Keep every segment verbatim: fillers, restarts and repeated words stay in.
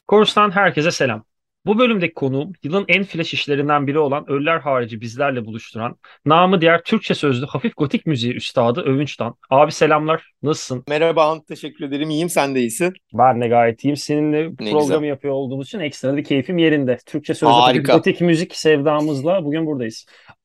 Korus'tan herkese selam. Bu bölümdeki konuğum yılın en flash işlerinden biri olan Ölüler Harici bizlerle buluşturan, namı diğer Türkçe sözlü hafif gotik müziği üstadı Övünç'tan. Abi selamlar, nasılsın? Merhaba, Han, teşekkür ederim. İyiyim, sen de iyisin. Ben de gayet iyiyim. Seninle Ne güzel. programı yapıyor olduğumuz için ekstra bir keyfim yerinde. Türkçe sözlü hafif Harika. gotik müzik sevdamızla bugün buradayız.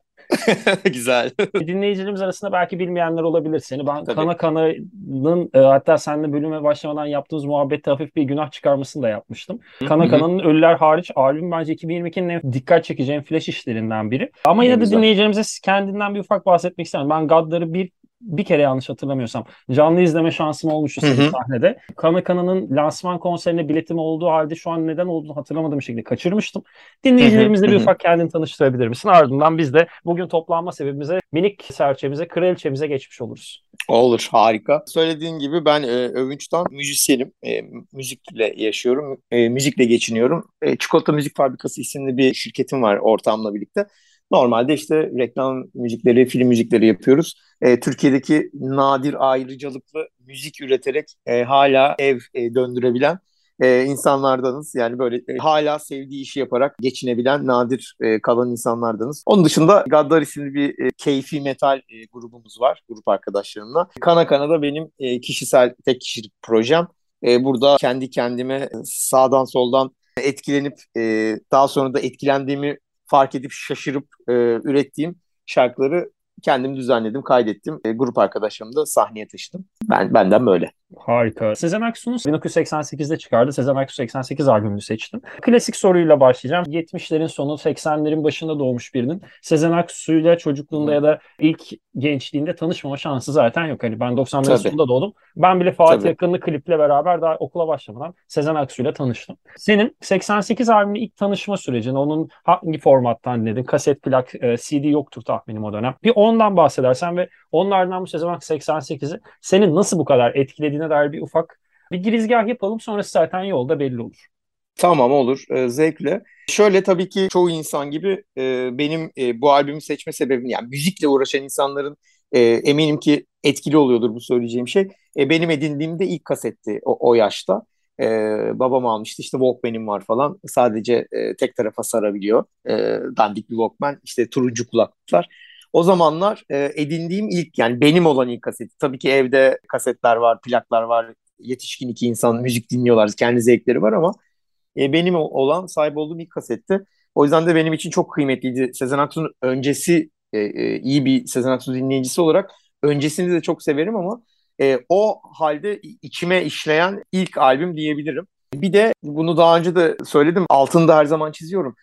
Güzel. Dinleyicilerimiz arasında belki bilmeyenler olabilir seni. Ben Tabii. Kana Kana'nın e, hatta seninle bölüme başlamadan yaptığımız muhabbette hafif bir günah çıkarmasını da yapmıştım. Hı Kana hı. Kana'nın Ölüler hariç albüm bence iki bin yirmi ikinin en dikkat çekeceğim flash işlerinden biri. Ama Ne yine de güzel. dinleyicilerimize kendinden bir ufak bahsetmek isterim. Ben Gaddar'ı bir bir kere yanlış hatırlamıyorsam canlı izleme şansım olmuştu Hı senin hı. sahnede. Kana Kana'nın lansman konserine biletim olduğu halde şu an neden olduğunu hatırlamadığım şekilde kaçırmıştım. Hı hı. Dinleyicilerimizle Hı bir hı. ufak kendini tanıştırabilir misin? Ardından biz de bugün toplanma sebebimize, minik serçemize, kraliçemize geçmiş oluruz. Olur, harika. Söylediğin gibi ben e, Övünç'ten müzisyenim. E, müzikle yaşıyorum, e, müzikle geçiniyorum. E, Çikolata Müzik Fabrikası isimli bir şirketim var ortağımla birlikte. Normalde işte reklam müzikleri, film müzikleri yapıyoruz. E, Türkiye'deki nadir ayrıcalıklı müzik üreterek e, hala ev e, döndürebilen e, insanlardanız. Yani böyle e, hala sevdiği işi yaparak geçinebilen nadir e, kalan insanlardanız. Onun dışında Gaddar isimli bir e, keyfi metal e, grubumuz var, grup arkadaşlarımla. Kana Kana da benim e, kişisel tek kişilik projem. E, burada kendi kendime sağdan soldan etkilenip e, daha sonra da etkilendiğimi fark edip şaşırıp e, ürettiğim şarkıları kendim düzenledim, kaydettim. E, grup arkadaşlarımı da sahneye taşıdım. Ben benden böyle. Harika. Sezen Aksu'nun bin dokuz yüz seksen sekizde çıkardı. Sezen Aksu seksen sekiz albümünü seçtim. Klasik soruyla başlayacağım. yetmişlerin sonu seksenlerin başında doğmuş birinin Sezen Aksu'yla çocukluğunda Hı. ya da ilk gençliğinde tanışmama şansı zaten yok. Hani ben doksanların Tabii, sonunda doğdum. Ben bile Fatih tabii. Akın'lı kliple beraber daha okula başlamadan Sezen Aksu'yla tanıştım. Senin seksen sekiz albümü ilk tanışma sürecin, onun hangi formattan dinledin? Kaset, plak, e, C D yoktur tahminim o dönem. Bir ondan bahsedersen ve onlardan bu Sezen Aksu seksen sekizi seni nasıl bu kadar etkilediğine dair bir ufak bir girizgah yapalım. Sonrası zaten yolda belli olur. Tamam, olur. Ee, zevkle. Şöyle, tabii ki çoğu insan gibi e, benim e, bu albümü seçme sebebim, yani müzikle uğraşan insanların e, eminim ki etkili oluyordur bu söyleyeceğim şey. E, benim edindiğimde ilk kasetti o, o yaşta. E, babam almıştı, işte Walkman'im var falan. Sadece e, tek tarafa sarabiliyor. E, dandik bir Walkman, işte turuncu kulaklıklar. O zamanlar e, edindiğim ilk, yani benim olan ilk kaseti. Tabii ki evde kasetler var, plaklar var. Yetişkin iki insan müzik dinliyorlar. Kendi zevkleri var ama e, benim olan sahip olduğum ilk kasetti. O yüzden de benim için çok kıymetliydi. Sezen Aksu'nun öncesi e, e, iyi bir Sezen Aksu dinleyicisi olarak öncesini de çok severim ama e, o halde içime işleyen ilk albüm diyebilirim. Bir de bunu daha önce de söyledim. Altını da her zaman çiziyorum.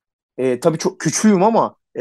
E, tabii çok küçüğüm ama e,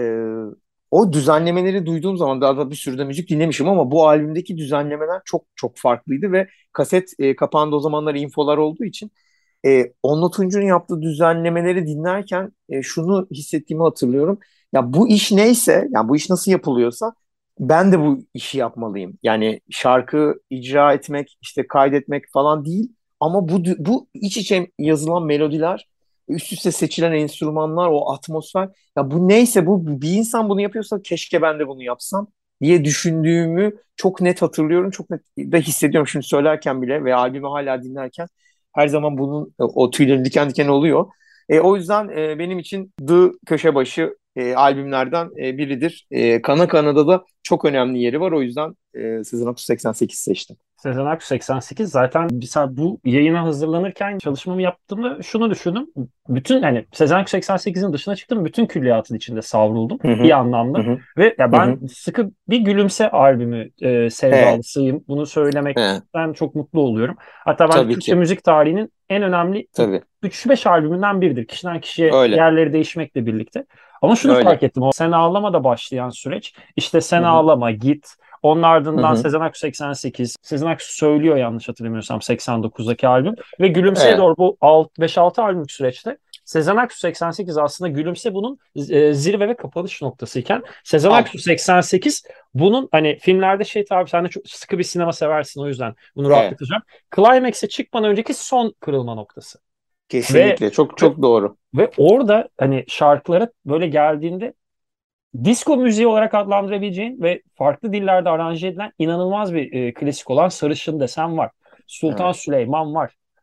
o düzenlemeleri duyduğum zaman, daha da bir sürü de müzik dinlemişim ama bu albümdeki düzenlemeler çok çok farklıydı ve kaset e, kapağında o zamanlar infolar olduğu için e, Onno Tunç'un yaptığı düzenlemeleri dinlerken e, şunu hissettiğimi hatırlıyorum. Ya bu iş neyse, yani bu iş nasıl yapılıyorsa ben de bu işi yapmalıyım. Yani şarkı icra etmek, işte kaydetmek falan değil ama bu bu iç içe yazılan melodiler, üst üste seçilen enstrümanlar, o atmosfer. Ya bu neyse, bu bir insan bunu yapıyorsa keşke ben de bunu yapsam diye düşündüğümü çok net hatırlıyorum. Çok net de hissediyorum şimdi söylerken bile ve albümü hala dinlerken her zaman bunun o tüylerim diken diken oluyor. E, o yüzden e, benim için The köşe başı e, albümlerden e, biridir. E, Kana Kanada da çok önemli yeri var. O yüzden e, Sezen Aksu seksen sekiz seçtim. Sezen Aksu seksen sekiz zaten mesela bu yayına hazırlanırken çalışmamı yaptığımda şunu düşündüm. Bütün hani Sezen Aksu seksen sekizin dışına çıktım. Bütün külliyatın içinde savruldum Hı bir hı, hı anlamda. hı, Ve ya hı ben hı. sıkı bir Gülümse albümü e, Evet, sevdalısıyım. Bunu evet, söylemekten çok mutlu oluyorum. Hatta bence tabii Türkçe ki. müzik tarihinin en önemli Tabii. üç beş albümünden biridir. Kişiden kişiye Öyle. yerleri değişmekle birlikte. Ama şunu fark Öyle. ettim. O Sen Ağlama da başlayan süreç. İşte Sen Hı hı, Ağlama, Git. Onun hı ardından hı. Sezen Aksu seksen sekiz. Sezen Aksu söylüyor yanlış hatırlamıyorsam seksen dokuzdaki albüm. Ve Gülümse'ye Evet. doğru bu beş altı albümlük süreçte Sezen Aksu seksen sekiz aslında Gülümse bunun e, zirve ve kapanış noktasıyken Sezen Ab Aksu seksen sekiz bunun hani filmlerde şey tabii sen de çok sıkı bir sinema seversin o yüzden bunu evet. rahatlatacağım. Climax'e çıkmadan önceki son kırılma noktası. Ve Kesinlikle. Çok ve çok doğru. ve orada hani şarkılara böyle geldiğinde disco müziği olarak adlandırabileceğin ve farklı dillerde aranje edilen inanılmaz bir e, klasik olan Sarışın Desem var. Sultan Evet. Süleyman var.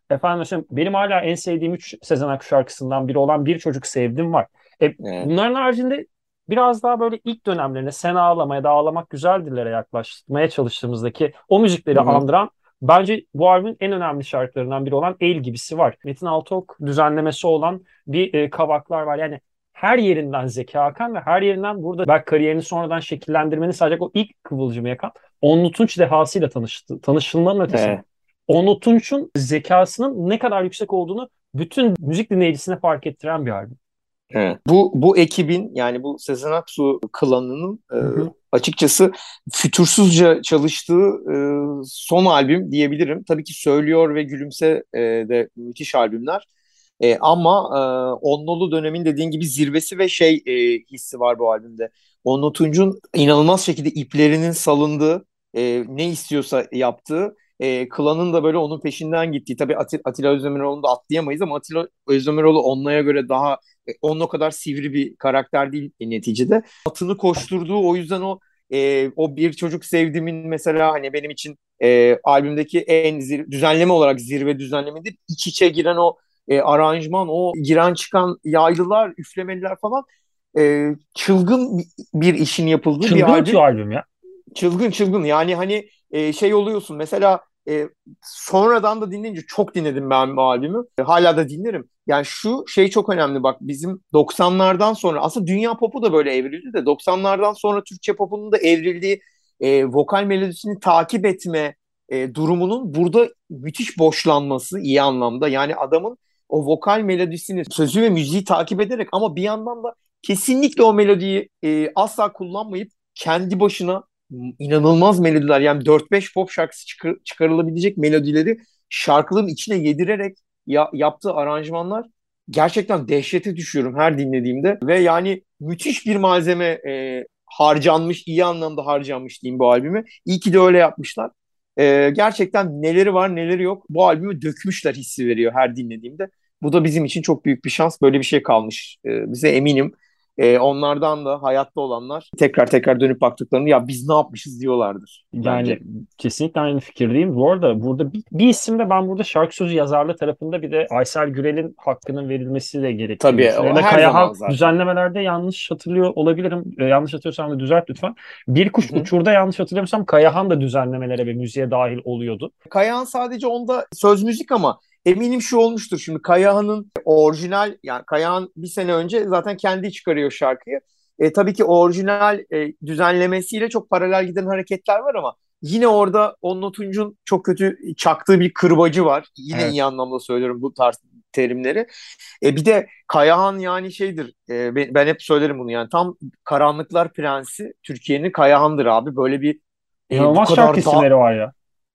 Efendim mesela benim hala en sevdiğim üç Sezen Aksu şarkısından biri olan Bir Çocuk Sevdim var. E, Evet. bunların haricinde biraz daha böyle ilk dönemlerine Sen Ağlamaya da Ağlamak Güzeldir'lere yaklaşmaya çalıştığımızdaki o müzikleri Hı hı. andıran bence bu albümün en önemli şarkılarından biri olan El Gibisi var. Metin Altıok düzenlemesi olan bir e, Kavaklar var. Yani her yerinden Zeki Hakan ve her yerinden burada belki kariyerini sonradan şekillendirmenin sadece o ilk kıvılcımı yakan Onlu Tunç dehasıyla tanıştı. Tanışılmanın ötesinde. Evet. Onlu Tunç'un zekasının ne kadar yüksek olduğunu bütün müzik dinleyicisine fark ettiren bir albüm. Evet. Bu bu ekibin yani bu Sezen Aksu klanının e, Hı hı. açıkçası fütursuzca çalıştığı e, son albüm diyebilirim. Tabii ki Söylüyor ve Gülümse e, de müthiş albümler. E, ama e, Onlulu dönemin dediğin gibi zirvesi ve şey e, hissi var bu albümde. Onlu Tunç'un inanılmaz şekilde iplerinin salındığı, e, ne istiyorsa yaptığı, e, klanın da böyle onun peşinden gittiği. Tabii Ati- Atilla Özdemiroğlu'nu da atlayamayız ama Atilla Özdemiroğlu Onlu'ya göre daha e, onun o kadar sivri bir karakter değil neticede. Atını koşturduğu o yüzden o e, o bir çocuk sevdiğimin mesela hani benim için e, albümdeki en zir- düzenleme olarak zirve düzenlemedir. İç içe giren o e, aranjman, o giren çıkan yaylılar, üflemeliler falan e, çılgın bir işin yapıldığı bir Çılgın ötüyor albüm. albüm ya. Çılgın çılgın yani hani e, şey oluyorsun mesela e, sonradan da dinleyince çok dinledim ben bu albümü. E, hala da dinlerim. Yani şu şey çok önemli bak bizim doksanlardan sonra aslında dünya popu da böyle evrildi de doksanlardan sonra Türkçe popunun da evrildiği e, vokal melodisini takip etme e, durumunun burada müthiş boşlanması iyi anlamda. Yani adamın o vokal melodisini sözü ve müziği takip ederek ama bir yandan da kesinlikle o melodiyi e, asla kullanmayıp kendi başına inanılmaz melodiler yani dört beş pop şarkısı çıkar, çıkarılabilecek melodileri şarkıların içine yedirerek ya, yaptığı aranjmanlar gerçekten dehşete düşüyorum her dinlediğimde ve yani müthiş bir malzeme e, harcanmış, iyi anlamda harcanmış diyeyim bu albümü. İyi ki de öyle yapmışlar. E, gerçekten neleri var neleri yok bu albümü dökmüşler hissi veriyor her dinlediğimde. Bu da bizim için çok büyük bir şans. Böyle bir şey kalmış e, bize eminim. E, onlardan da hayatta olanlar tekrar tekrar dönüp baktıklarını ya biz ne yapmışız diyorlardır Yani bence. kesinlikle aynı fikirdeyim. Bu arada burada bir, bir isim de ben burada şarkı sözü yazarlığı tarafında bir de Aysel Gürel'in hakkının verilmesi de gerektiğini Tabii o düşünüyorum. Ve her Kayahan zaman zaten. düzenlemelerde yanlış hatırlıyor olabilirim. E, yanlış hatırlıyorsam da düzelt lütfen. Bir Hı Kuş hı. Uçur'da yanlış hatırlamıyorsam Kayahan da düzenlemelere ve müziğe dahil oluyordu. Kayahan sadece onda söz müzik ama eminim şu olmuştur şimdi Kayahan'ın orijinal yani Kayahan bir sene önce zaten kendi çıkarıyor şarkıyı. E, tabii ki orijinal e, düzenlemesiyle çok paralel giden hareketler var ama yine orada Onno Tunç'un çok kötü çaktığı bir kırbacı var. Yine iyi Evet. anlamda söylüyorum bu tarz terimleri. E, bir de Kayahan yani şeydir. E, ben, ben hep söylerim bunu yani tam Karanlıklar Prensi Türkiye'nin Kayahan'dır abi. Böyle bir e, bu İnanılmaz şarkı kadar da isimleri var ya.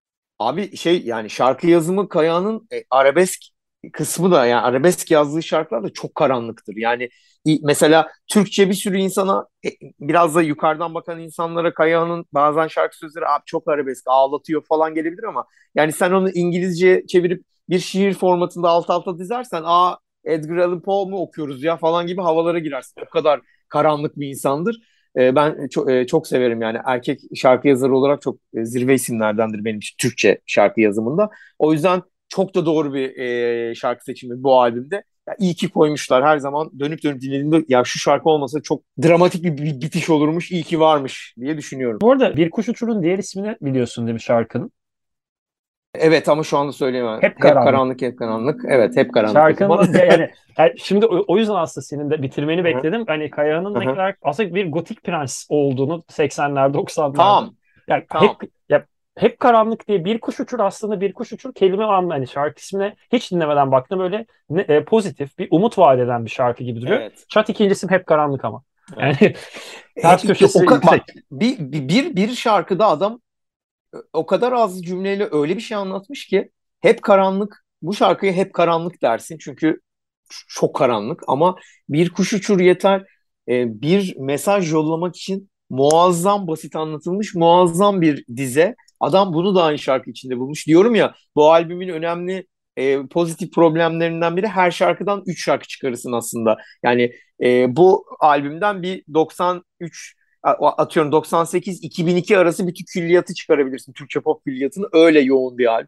abi şey yani şarkı yazımı Kaya'nın e, arabesk kısmı da yani arabesk yazdığı şarkılar da çok karanlıktır. Yani i- mesela Türkçe bir sürü insana e, biraz da yukarıdan bakan insanlara Kaya'nın bazen şarkı sözleri abi çok arabesk ağlatıyor falan gelebilir ama yani sen onu İngilizce çevirip bir şiir formatında alt alta dizersen aa Edgar Allan Poe mu okuyoruz ya falan gibi havalara girersin. O kadar karanlık bir insandır. E, ben çok, e, çok severim yani erkek şarkı yazarı olarak çok e, zirve isimlerdendir benim için Türkçe şarkı yazımında. O yüzden çok da doğru bir e, şarkı seçimi bu albümde. Ya iyi ki koymuşlar her zaman dönüp dönüp dinlediğimde ya şu şarkı olmasa çok dramatik bir, bir bitiş olurmuş iyi ki varmış diye düşünüyorum. Bu arada Bir Kuş Uçur'un diğer ismini biliyorsun değil mi şarkının? Evet ama şu anda söyleyemem. Hep Hep Karanlık. karanlık hep karanlık. Evet hep karanlık o zaman. Şarkının da yani, yani şimdi o, o yüzden aslında senin de bitirmeni Hı hı, bekledim. Hani Kaya'nın hı ne hı. kadar aslında bir gotik prens olduğunu seksenler doksanlarda. Tamam Yani hep tamam. ya hep karanlık diye bir kuş uçur aslında bir kuş uçur kelime anlamı hani şarkı ismine hiç dinlemeden baktım böyle ne, e, pozitif bir umut vaat eden bir şarkı gibi duruyor. Evet. Çat ikincisim hep karanlık ama. Evet. Yani E, ters o, köşesi ka- bak yüksek. bir, bir, bir şarkıda adam o kadar az cümleyle öyle bir şey anlatmış ki hep karanlık bu şarkıya hep karanlık dersin çünkü çok karanlık ama bir kuş uçur yeter e, bir mesaj yollamak için muazzam basit anlatılmış muazzam bir dize. Adam bunu da aynı şarkı içinde bulmuş. Diyorum ya bu albümün önemli e, pozitif problemlerinden biri her şarkıdan üç şarkı çıkarırsın aslında. Yani e, bu albümden bir doksan üç atıyorum doksan sekiz iki bin iki arası bir külliyatı çıkarabilirsin. Türkçe pop külliyatını öyle yoğun bir albüm.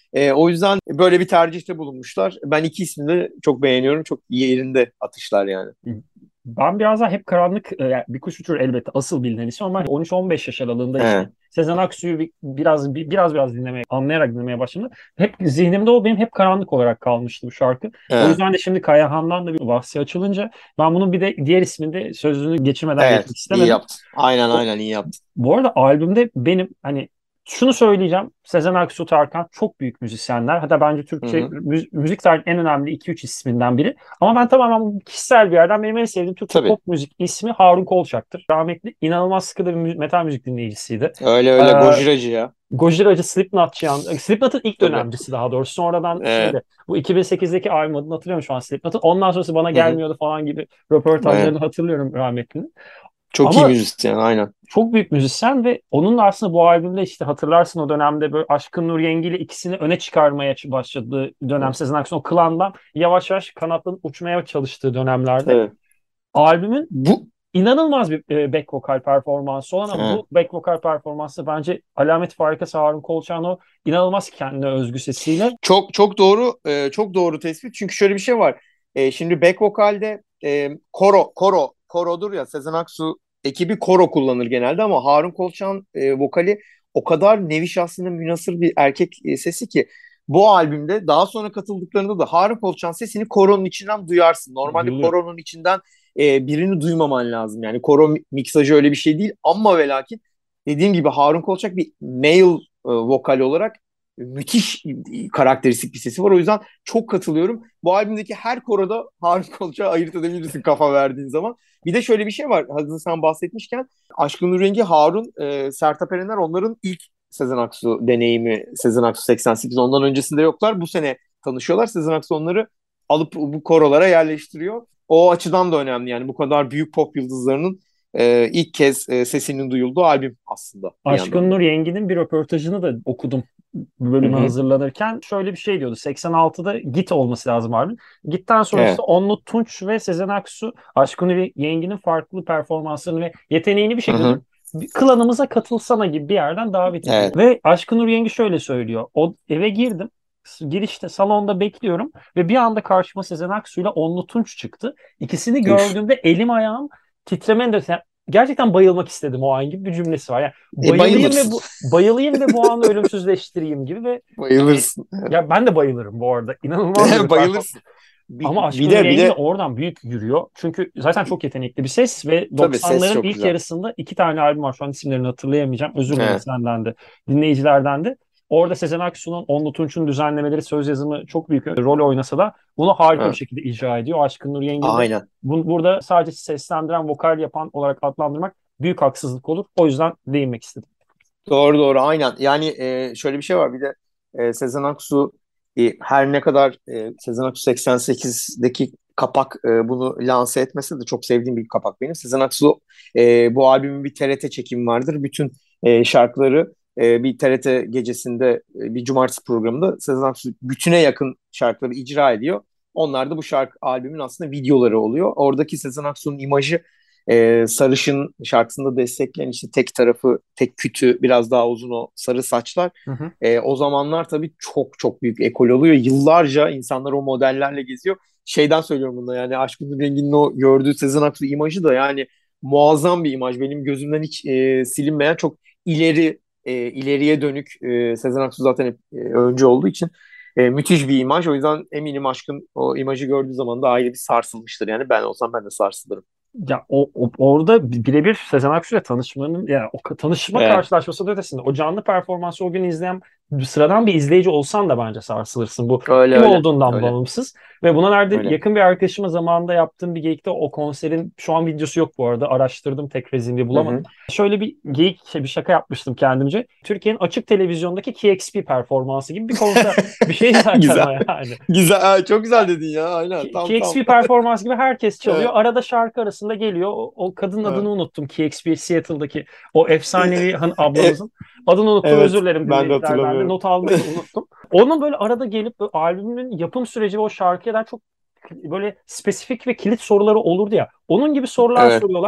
E, o yüzden böyle bir tercihte bulunmuşlar. Ben iki ismini de çok beğeniyorum. Çok yerinde atışlar yani. Ben biraz daha hep karanlık, e, yani bir kuş uçur elbette asıl bilinen isim ama on üç on beş yaş aralığında işte He, Sezen Aksu'yu bir- biraz bir- biraz biraz dinlemeye, anlayarak dinlemeye başladım. Hep zihnimde o benim hep karanlık olarak kalmıştı bu şarkı. O he. yüzden de şimdi Kayahan'dan da bir bahsi açılınca ben bunun bir de diğer isminde sözünü geçirmeden Evet, geçmek iyi istemedim. yaptın. Aynen O, aynen iyi yaptın. Bu arada albümde benim hani şunu söyleyeceğim. Sezen Aksu, Tarkan çok büyük müzisyenler. Hatta bence Hı Türkçe hı. mü- müzik tarihinin en önemli iki üç isminden biri. Ama ben tamamen bu kişisel bir yerden benim en sevdiğim Türkçe Tabii. pop müzik ismi Harun Kolçak'tır. Rahmetli inanılmaz sıkı da bir mü- metal müzik dinleyicisiydi. Öyle Ee, öyle Gojiracı ya. Gojiracı, Slipknotçı yan. Slipknot'un ilk Tabii. dönemcisi daha doğrusu. Sonradan Ee, şeyde bu iki bin sekizdeki albüm adını hatırlıyorum şu an Slipknot'un. Ondan sonrası bana hı hı. gelmiyordu falan gibi Evet. röportajlarını hatırlıyorum rahmetlinin. Çok iyi Ama müzisyen aynen. çok büyük müzisyen ve onun da aslında bu albümde işte hatırlarsın o dönemde böyle Aşkın Nur Yengi ile ikisini öne çıkarmaya başladığı dönem Sezen Aksu'nun o klandan yavaş yavaş kanatlanıp uçmaya çalıştığı dönemlerde Tabii. albümün Bu inanılmaz bir e, back vokal performansı olan ama he. bu back vokal performansı bence alamet farikası Harun Kolçak'ın o inanılmaz kendine özgü sesiyle. Çok çok doğru e, çok doğru tespit. Çünkü şöyle bir şey var. E, şimdi back vokalde e, koro koro korodur ya, Sezen Aksu ekibi koro kullanır genelde ama Harun Kolçak'ın e, vokali o kadar nevi şahsına münhasır bir erkek e, sesi ki bu albümde daha sonra katıldıklarında da Harun Kolçak'ın sesini koronun içinden duyarsın. Normalde Duyuluyor. koronun içinden e, birini duymaman lazım. Yani koro mi- miksajı öyle bir şey değil ama ve lakin dediğim gibi Harun Kolçak bir male e, vokal olarak müthiş karakteristik bir sesi var. O yüzden çok katılıyorum. Bu albümdeki her koroda Harun Kolçak'ı ayırt edebilirsin kafa verdiğin zaman. Bir de şöyle bir şey var. Hazır sen bahsetmişken Aşkın Nur Yengi, Harun, e, Sertab Erener onların ilk Sezen Aksu deneyimi. Sezen Aksu seksen sekiz. Ondan öncesinde yoklar. Bu sene tanışıyorlar. Sezen Aksu onları alıp bu korolara yerleştiriyor. O açıdan da önemli. Yani bu kadar büyük pop yıldızlarının e, ilk kez e, sesinin duyulduğu albüm aslında bir Aşkın yandan da. Nur Yengi'nin bir röportajını da okudum Hı bölüme hı. hazırlanırken. Şöyle bir şey diyordu. seksen altıda Git olması lazım abi. Git'ten sonra işte Evet. Onlu Tunç ve Sezen Aksu Aşkın Nur Yengi'nin farklı performanslarını ve yeteneğini bir Hı şekilde hı. bir klanımıza katılsana gibi bir yerden davet ediyor. Evet. Ve Aşkın Nur Yengi şöyle söylüyor. O eve girdim. Girişte salonda bekliyorum ve bir anda karşıma Sezen Aksu ile Onlu Tunç çıktı. İkisini Uf. gördüğümde elim ayağım titremen de gerçekten bayılmak istedim o an gibi bir cümlesi var. Yani E bayılayım ve bayılırsın. bu bayılayım ve bu anı ölümsüzleştireyim gibi ve hani Bayılırsın. ya ben de bayılırım bu arada. İnanılmaz da bir performans. Bayılırsın. Bir, Ama bir Aşkın Nur de bir Yengi de de oradan büyük yürüyor. Çünkü zaten çok yetenekli bir ses ve tabii ses doksanların çok ilk güzel. yarısında iki tane albüm var. Şu an isimlerini hatırlayamayacağım. Özür dilerim Evet. senden de, dinleyicilerden de. Orada Sezen Aksu'nun, Onlu Tunç'un düzenlemeleri, söz yazımı çok büyük rol oynasa da bunu harika bir Evet. şekilde icra ediyor. Aşkın Nur Yengi'ni de Aynen. bu, burada sadece seslendiren, vokal yapan olarak adlandırmak büyük haksızlık olur. O yüzden değinmek istedim. Doğru doğru aynen. Yani e, şöyle bir şey var. Bir de e, Sezen Aksu e, her ne kadar e, Sezen Aksu seksen sekizdeki kapak e, bunu lanse etmese de çok sevdiğim bir kapak benim. Sezen Aksu e, bu albümün bir T R T çekimi vardır. Bütün e, şarkıları e, bir T R T gecesinde e, bir cumartesi programında Sezen Aksu bütüne yakın şarkıları icra ediyor. Onlar da bu şarkı albümün aslında videoları oluyor. Oradaki Sezen Aksu'nun imajı ee, Sarışın şarkısında destekleyen işte tek tarafı, tek kütü, biraz daha uzun o sarı saçlar. Hı hı. Ee, o zamanlar tabii çok çok büyük ekol oluyor. Yıllarca insanlar o modellerle geziyor. Şeyden söylüyorum bunu, yani Aşkın Rengi'nin o gördüğü Sezen Aksu imajı da yani muazzam bir imaj. Benim gözümden hiç e, silinmeyen, çok ileri e, ileriye dönük, e, Sezen Aksu zaten hep e, öncü olduğu için e, müthiş bir imaj. O yüzden eminim Aşkın o imajı gördüğü zaman da ayrı bir sarsılmıştır. Yani ben olsam ben de sarsılırım. Ya o, o- orada birebir Sezen Aksu ile tanışmanın yani o ka- tanışma Evet. karşılaşması da ötesinde o canlı performansı o gün izleyen sıradan bir izleyici olsan da bence sarsılırsın. Bu Öyle kim öyle. olduğundan Öyle. bağımsız. Ve buna nerede Öyle. yakın bir arkadaşıma zamanında yaptığım bir geyikte o konserin şu an videosu yok bu arada. Araştırdım tek rezilliği Hı bulamadım. hı. Şöyle bir geyik şey, bir şaka yapmıştım kendimce. Türkiye'nin açık televizyondaki K X P performansı gibi bir konser. Bir şey zaten o Güzel. yani. Güzel. Ha, çok güzel dedin ya. Aynen. Tam K X tam. P performans gibi herkes çalıyor. Evet. Arada şarkı arasında geliyor. O, o kadının adını Evet. unuttum. K X P Seattle'daki o efsanevi han E- ablamızın adını unuttum. Özür evet. dilerim Ben de dinleyicilerden de. hatırlamıyorum. Not almayı da unuttum. Onun böyle arada gelip böyle albümün yapım süreci ve o şarkıya dair çok böyle spesifik ve kilit soruları olurdu ya. Onun gibi sorular Evet. soruyorlar.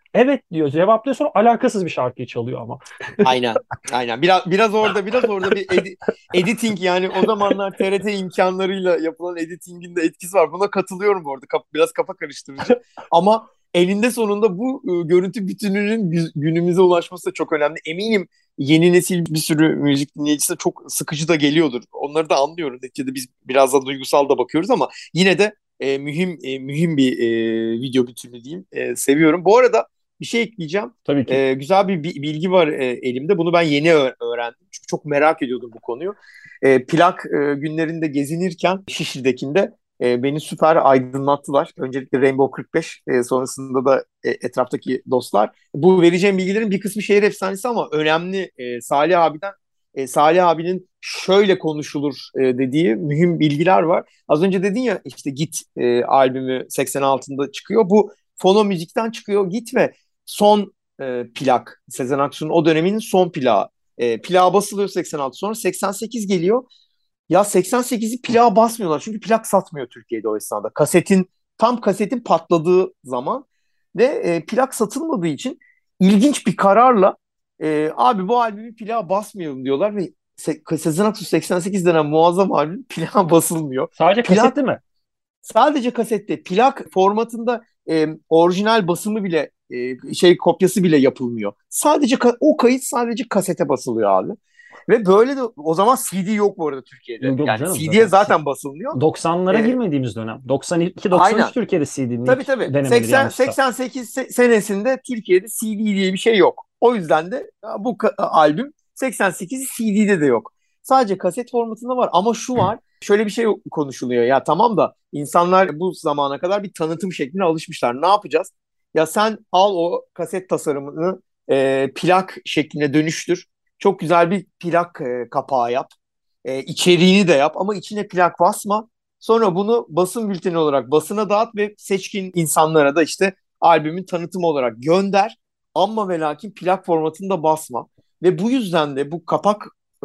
Evet diyor, cevaplıyor, sonra alakasız bir şarkıyı çalıyor ama. Aynen. Aynen. Biraz biraz orada biraz orada bir edi- editing, yani o zamanlar T R T imkanlarıyla yapılan editingin de etkisi var. Buna katılıyorum bu arada. Kap- biraz kafa karıştırıcı. Ama eninde sonunda bu e, görüntü bütününün gü- günümüze ulaşması da çok önemli. Eminim yeni nesil bir sürü müzik dinleyicisi çok sıkıcı da geliyordur. Onları da anlıyorum. Neticede biz biraz da duygusal da bakıyoruz ama yine de e, mühim e, mühim bir e, video bütünü diyeyim. E, seviyorum. Bu arada bir şey ekleyeceğim. Tabii ki. Ee, güzel bir bi- bilgi var e, elimde. Bunu ben yeni ö- öğrendim. Çünkü çok merak ediyordum bu konuyu. Ee, plak e, günlerinde gezinirken Şişli'dekinde e, beni süper aydınlattılar. Öncelikle Rainbow kırk beş, e, sonrasında da e, etraftaki dostlar. Bu vereceğim bilgilerin bir kısmı şehir efsanesi ama önemli. E, Salih abiden e, Salih abinin şöyle konuşulur e, dediği mühim bilgiler var. Az önce dedin ya, işte Git e, albümü seksen altıda çıkıyor. Bu Fono Müzik'ten çıkıyor Git ve son e, plak. Sezen Aksu'nun o döneminin son plağı. E, plağa basılıyor seksen altı, sonra seksen sekiz geliyor. Ya seksen sekizi plağa basmıyorlar çünkü plak satmıyor Türkiye'de o esnada. Kasetin tam kasetin patladığı zaman ve e, plak satılmadığı için ilginç bir kararla e, abi bu albümü plağa basmayalım diyorlar ve Se- Sezen Aksu seksen sekiz denen muazzam albüm plağa basılmıyor. Sadece Plak kaseti mi? Sadece kasette plak formatında e, orijinal basımı bile e, şey kopyası bile yapılmıyor. Sadece ka- o kayıt sadece kasete basılıyor abi. Ve böyle de o zaman C D yok bu arada Türkiye'de. Yok, yok Yani canım, C D'ye zaten. zaten basılmıyor. doksanlara E, girmediğimiz dönem. doksan iki doksan üç aynen. Türkiye'de C D'nin Tabii ilk tabii. denemeleri seksen yanlışsa. seksen sekiz se- senesinde Türkiye'de C D diye bir şey yok. O yüzden de bu ka- albüm seksen sekiz C D'de de yok. Sadece kaset formatında var ama şu var. Şöyle bir şey konuşuluyor. Ya tamam da insanlar bu zamana kadar bir tanıtım şekline alışmışlar. Ne yapacağız? Ya sen al o kaset tasarımını e, plak şekline dönüştür. Çok güzel bir plak e, kapağı yap. E, içeriğini de yap ama içine plak basma. Sonra bunu basın bülteni olarak basına dağıt ve seçkin insanlara da işte albümün tanıtımı olarak gönder. Ama ve lakin plak formatında basma. Ve bu yüzden de bu kapak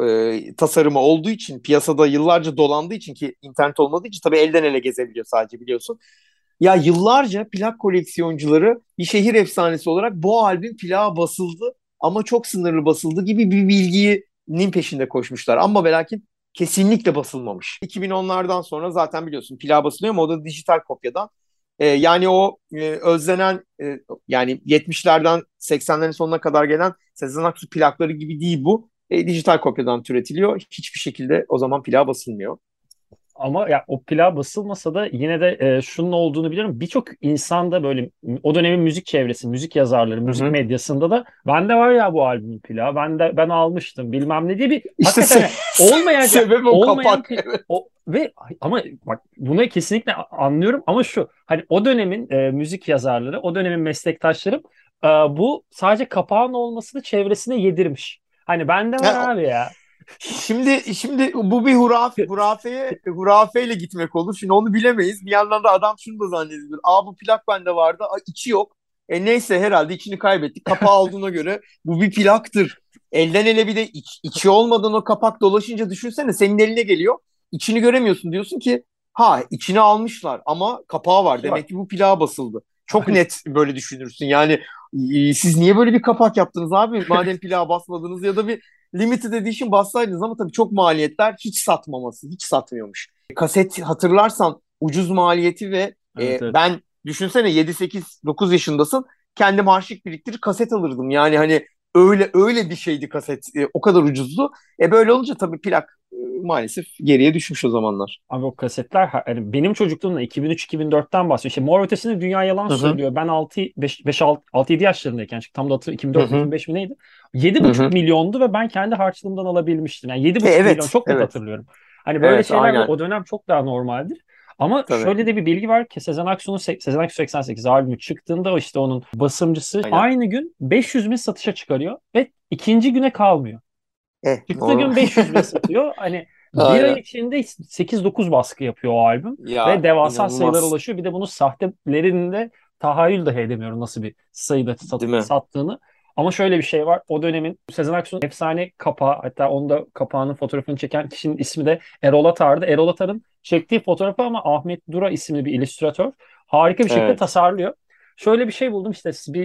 e, tasarımı olduğu için, piyasada yıllarca dolandığı için, ki internet olmadığı için tabii elden ele gezebiliyor sadece, biliyorsun. Ya yıllarca plak koleksiyoncuları bir şehir efsanesi olarak bu albüm plağa basıldı ama çok sınırlı basıldı gibi bir bilginin peşinde koşmuşlar. Ama ve lakin kesinlikle basılmamış. iki bin onlardan sonra zaten biliyorsun plağa basılıyor ama o da dijital kopyadan. Ee, yani o e, özlenen e, yani yetmişlerden seksenlerin sonuna kadar gelen Sezen Aksu plakları gibi değil bu. E, dijital kopyadan türetiliyor. Hiçbir şekilde o zaman plağa basılmıyor. Ama ya o plağa basılmasa da yine de e, şunun olduğunu biliyorum. Birçok insanda böyle o dönemin müzik çevresi, müzik yazarları, Hı müzik hı. medyasında da bende var ya bu albümün plağı. Ben de ben almıştım bilmem ne diye bir İşte hakikaten se hani olmayan ya, sebep o olmayan kapak. pl- o ve ama bak bunu kesinlikle anlıyorum ama şu hani o dönemin e, müzik yazarları, o dönemin meslektaşlarım e, bu sadece kapağın olmasını çevresine yedirmiş. Hani bende var Ha, abi ya. Şimdi şimdi bu bir huraf, hurafeye hurafeyle gitmek olur. Şimdi onu bilemeyiz. Bir yandan da adam şunu da zannediyor. Aa, bu plak bende vardı. Aa, içi yok. E neyse, herhalde içini kaybettik. Kapağı olduğuna göre bu bir plaktır. Elden ele bir de iç, içi olmadan o kapak dolaşınca düşünsene, senin eline geliyor. İçini göremiyorsun. Diyorsun ki ha, içini almışlar ama kapağı var. Var. Demek ki bu plağa basıldı. Çok net böyle düşünürsün. Yani e, siz niye böyle bir kapak yaptınız abi? Madem plağa basmadınız, ya da bir limited edition bassaydınız, ama tabii çok maliyetler, hiç satmaması, hiç satmıyormuş. Kaset, hatırlarsan, ucuz maliyeti ve Evet, e, evet. ben düşünsene, yedi sekiz dokuz yaşındasın, kendim harçlık biriktirir kaset alırdım. Yani hani öyle öyle bir şeydi kaset. E, o kadar ucuzdu. E böyle olunca tabii plak e, maalesef geriye düşmüş o zamanlar. Abi o kasetler ha- yani benim çocukluğumda iki bin üç iki bin dörtten bahsediyor. İşte Mor ve Ötesi'nde Dünya Yalan Hı hı. Söylüyor. Ben altı beş altı yedi yaşlarındayken çıktı. Tam da hatırlamıyorum. Hı iki bin dört mü hı. iki bin beş mi neydi? Yedi Hı buçuk hı. milyondu ve ben kendi harçlığımdan alabilmiştim. Yani yedi E, buçuk milyon, evet, çok net evet. hatırlıyorum. Hani böyle Evet, şeyler aynen. o dönem çok daha normaldir. Ama Tabii. şöyle de bir bilgi var ki Sezen Aksu'nun se- Sezen Aksu seksen sekiz albümü çıktığında o işte onun basımcısı Aynen. aynı gün beş yüz bin satışa çıkarıyor ve ikinci güne kalmıyor. E, Çıktığı normal. gün beş yüz bin satıyor. Hani bir ay Aynen. içinde sekiz dokuz baskı yapıyor o albüm. Ve Ya devasa sayılara inanılmaz. ulaşıyor. Bir de bunun sahtelerini de tahayyül dahi edemiyorum nasıl bir sayıda sat- Değil mi? sattığını. Ama şöyle bir şey var. O dönemin Sezen Aksu'nun efsane kapağı, hatta onda kapağının fotoğrafını çeken kişinin ismi de Erol Atar'dı. Erol Atar'ın çektiği fotoğrafı ama Ahmet Dura isimli bir illüstratör harika bir şekilde Evet. tasarlıyor. Şöyle bir şey buldum işte bir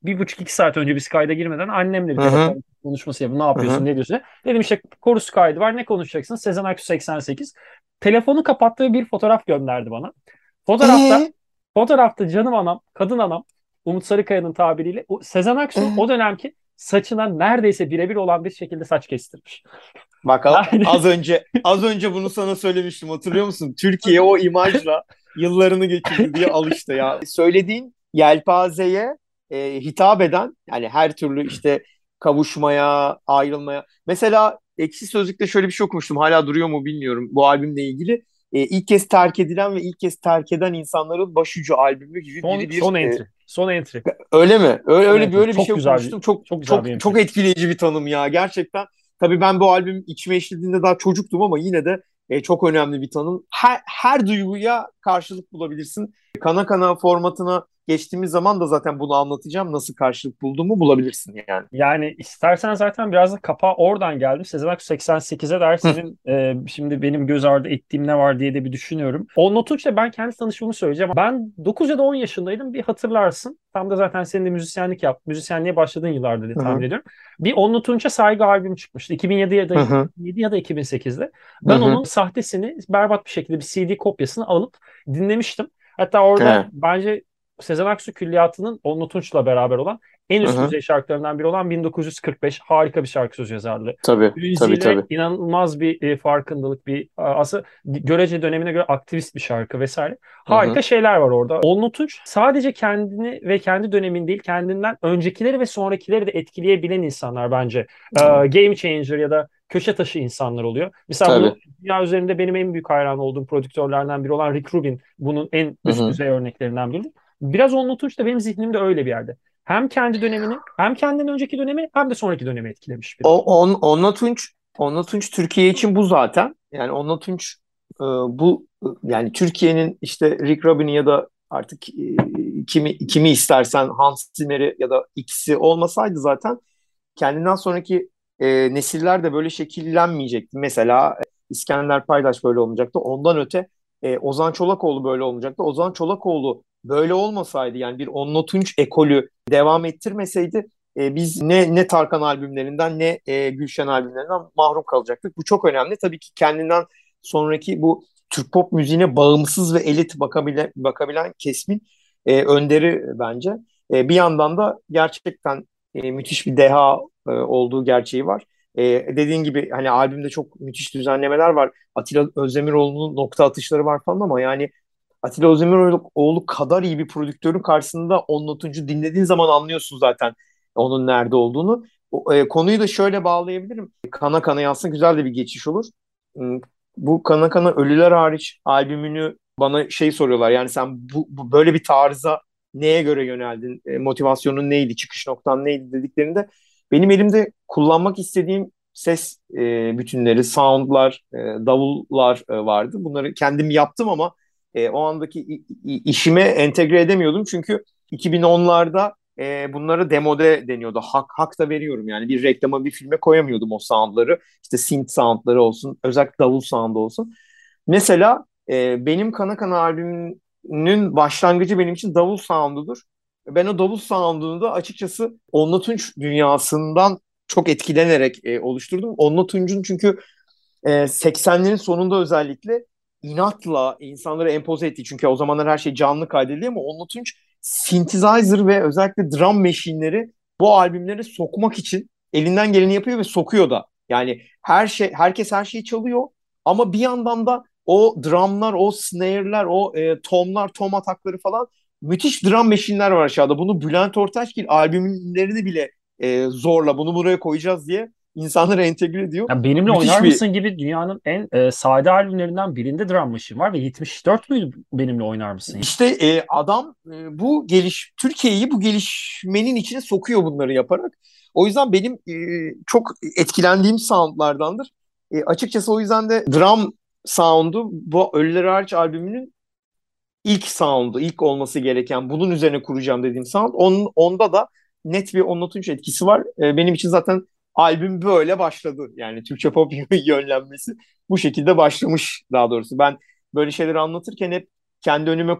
bir buçuk iki saat önce biz kayda girmeden annemle bir Hı hı. telefon konuşması yapıp ne Hı yapıyorsun hı. ne diyorsun? Dedim işte korus kaydı var, ne konuşacaksın? Sezen Aksu seksen sekiz. Telefonu kapattığı bir fotoğraf gönderdi bana. Fotoğrafta Ee, fotoğrafta canım anam, kadın anam, Umut Sarıkaya'nın tabiriyle o- Sezen Aksu ee. o dönemki saçına neredeyse birebir olan bir şekilde saç kestirmiş. Bak a- Yani az önce az önce bunu sana söylemiştim, hatırlıyor musun? Türkiye o imajla yıllarını geçirdi diye, al işte ya. Söylediğin yelpazeye e, hitap eden, yani her türlü işte kavuşmaya, ayrılmaya. Mesela Ekşi Sözlük'te şöyle bir şey okumuştum. Hala duruyor mu bilmiyorum bu albümle ilgili. E, ilk kez terk edilen ve ilk kez terk eden insanların başucu albümü gibi son biri bir son e, entry. Son entry. öyle mi? Öyle, Son öyle bir entry. öyle bir Çok şey güzel bir okumuştum. Çok çok güzel bir çok entry. çok etkileyici bir tanım ya gerçekten. Tabii ben bu albüm içime işlediğinde daha çocuktum ama yine de e, çok önemli bir tanım. Her, her duyguya karşılık bulabilirsin. Kana Kana formatına geçtiğimiz zaman da zaten bunu anlatacağım. Nasıl karşılık bulduğumu bulabilirsin yani. Yani istersen zaten biraz da kapağı oradan geldim. Sezen Aksu seksen sekize der, Hı senin e, şimdi benim göz ardı ettiğim ne var diye de bir düşünüyorum. Onunla Tunç'la ben kendi tanışımımı söyleyeceğim. Ben dokuz ya da on yaşındaydım, bir hatırlarsın. Tam da zaten senin de müzisyenlik yap, müzisyenliğe başladığın yıllarda diye hı tahmin hı ediyorum. Bir Onunla Tunç'a saygı albüm çıkmıştı. iki bin yedi ya da hı hı iki bin yedi ya da iki bin sekizde. hı Ben hı. onun sahtesini berbat bir şekilde bir C D kopyasını alıp dinlemiştim. Hatta orada He, bence Sezen Aksu külliyatının Onunla Tunç'la beraber olan en hı üst hı. düzey şarkılarından biri olan bin dokuz yüz kırk beş, harika bir şarkı söz yazarlığı. Tabii Üzi tabii ile tabii. inanılmaz bir e, farkındalık, bir aslında görece dönemine göre aktivist bir şarkı vesaire. Hı Harika hı. şeyler var orada. Onlu Tunç sadece kendini ve kendi dönemin değil, kendinden öncekileri ve sonrakileri de etkileyebilen insanlar bence. Ee, Hı. game changer ya da köşe taşı insanlar oluyor. Mesela bunu Tabii. dünya üzerinde benim en büyük hayran olduğum prodüktörlerden biri olan Rick Rubin bunun en Hı üst hı. düzey örneklerinden biri. Biraz Onlu Tunç da benim zihnimde öyle bir yerde. Hem kendi dönemini, hem kendinden önceki dönemi, hem de sonraki dönemi etkilemiş biri. O, on, Onunla Tunç, Onunla Tunç Türkiye için bu zaten. Yani Onunla Tunç e, bu e, yani Türkiye'nin işte Rick Rubin'i ya da artık e, kimi kimi istersen Hans Zimmer'i ya da ikisi olmasaydı zaten kendinden sonraki e, nesiller de böyle şekillenmeyecekti. Mesela e, İskender Paydaş böyle olmayacaktı. Ondan öte e, Ozan Çolakoğlu böyle olmayacaktı. Ozan Çolakoğlu böyle olmasaydı, yani bir Onno Tunç ekolü devam ettirmeseydi e, biz ne ne Tarkan albümlerinden ne e, Gülşen albümlerinden mahrum kalacaktık. Bu çok önemli. Tabii ki kendinden sonraki bu Türk pop müziğine bağımsız ve elit bakabilen, bakabilen kesmin e, önderi bence. E, bir yandan da gerçekten e, müthiş bir deha e, olduğu gerçeği var. E, dediğin gibi hani albümde çok müthiş düzenlemeler var. Atilla Özdemiroğlu'nun nokta atışları var falan ama yani Atilla Özdemiroğlu kadar iyi bir prodüktörün karşısında on notuncu dinlediğin zaman anlıyorsun zaten onun nerede olduğunu. O, e, konuyu da şöyle bağlayabilirim. Kana Kana Yansın güzel de bir geçiş olur. Hmm, Bu Kana Kana Ölüler Hariç albümünü bana şey soruyorlar. Yani sen bu, bu böyle bir tarza neye göre yöneldin? E, motivasyonun neydi? Çıkış noktan neydi dediklerinde benim elimde kullanmak istediğim ses e, bütünleri, soundlar, e, davullar e, vardı. Bunları kendim yaptım ama e, o andaki i- i- işime entegre edemiyordum. Çünkü iki bin onlarda e, bunlara demode deniyordu. Hak, hak da veriyorum yani bir reklama bir filme koyamıyordum o soundları. İşte synth soundları olsun, özellikle davul soundu olsun. Mesela e, benim Kana Kana albümünün başlangıcı benim için davul soundudur. Ben o davul soundunu da açıkçası Onla Tunç dünyasından çok etkilenerek e, oluşturdum. Onla Tunç'un çünkü e, seksenlerin sonunda özellikle inatla insanları empoze etti. Çünkü o zamanlar her şey canlı kaydediliyor ama Onla Tunç synthesizer ve özellikle drum machine'leri bu albümlere sokmak için elinden geleni yapıyor ve sokuyor da. Yani her şey, herkes her şeyi çalıyor ama bir yandan da o drumlar, o snare'ler, o e, tomlar, tom atakları falan müthiş drum machine'ler var aşağıda. Bunu Bülent Ortaçgil albümlerini bile e, zorla bunu buraya koyacağız diye insanları entegre ediyor. Ya benimle oynar Müthiş bir mısın gibi dünyanın en e, sade albümlerinden birinde Drum Machine var ve yetmiş dört müydü benimle oynar mısın? işte e, adam e, bu geliş Türkiye'yi bu gelişmenin içine sokuyor bunları yaparak. O yüzden benim e, çok etkilendiğim soundlardandır. E, açıkçası o yüzden de drum sound'u bu Ölüler Hariç albümünün ilk sound'u, ilk olması gereken bunun üzerine kuracağım dediğim sound. Onun, onda da net bir onlatıcı etkisi var. E, benim için zaten albüm böyle başladı. Yani Türkçe pop yönlenmesi bu şekilde başlamış daha doğrusu. Ben böyle şeyleri anlatırken hep kendi önüme koyup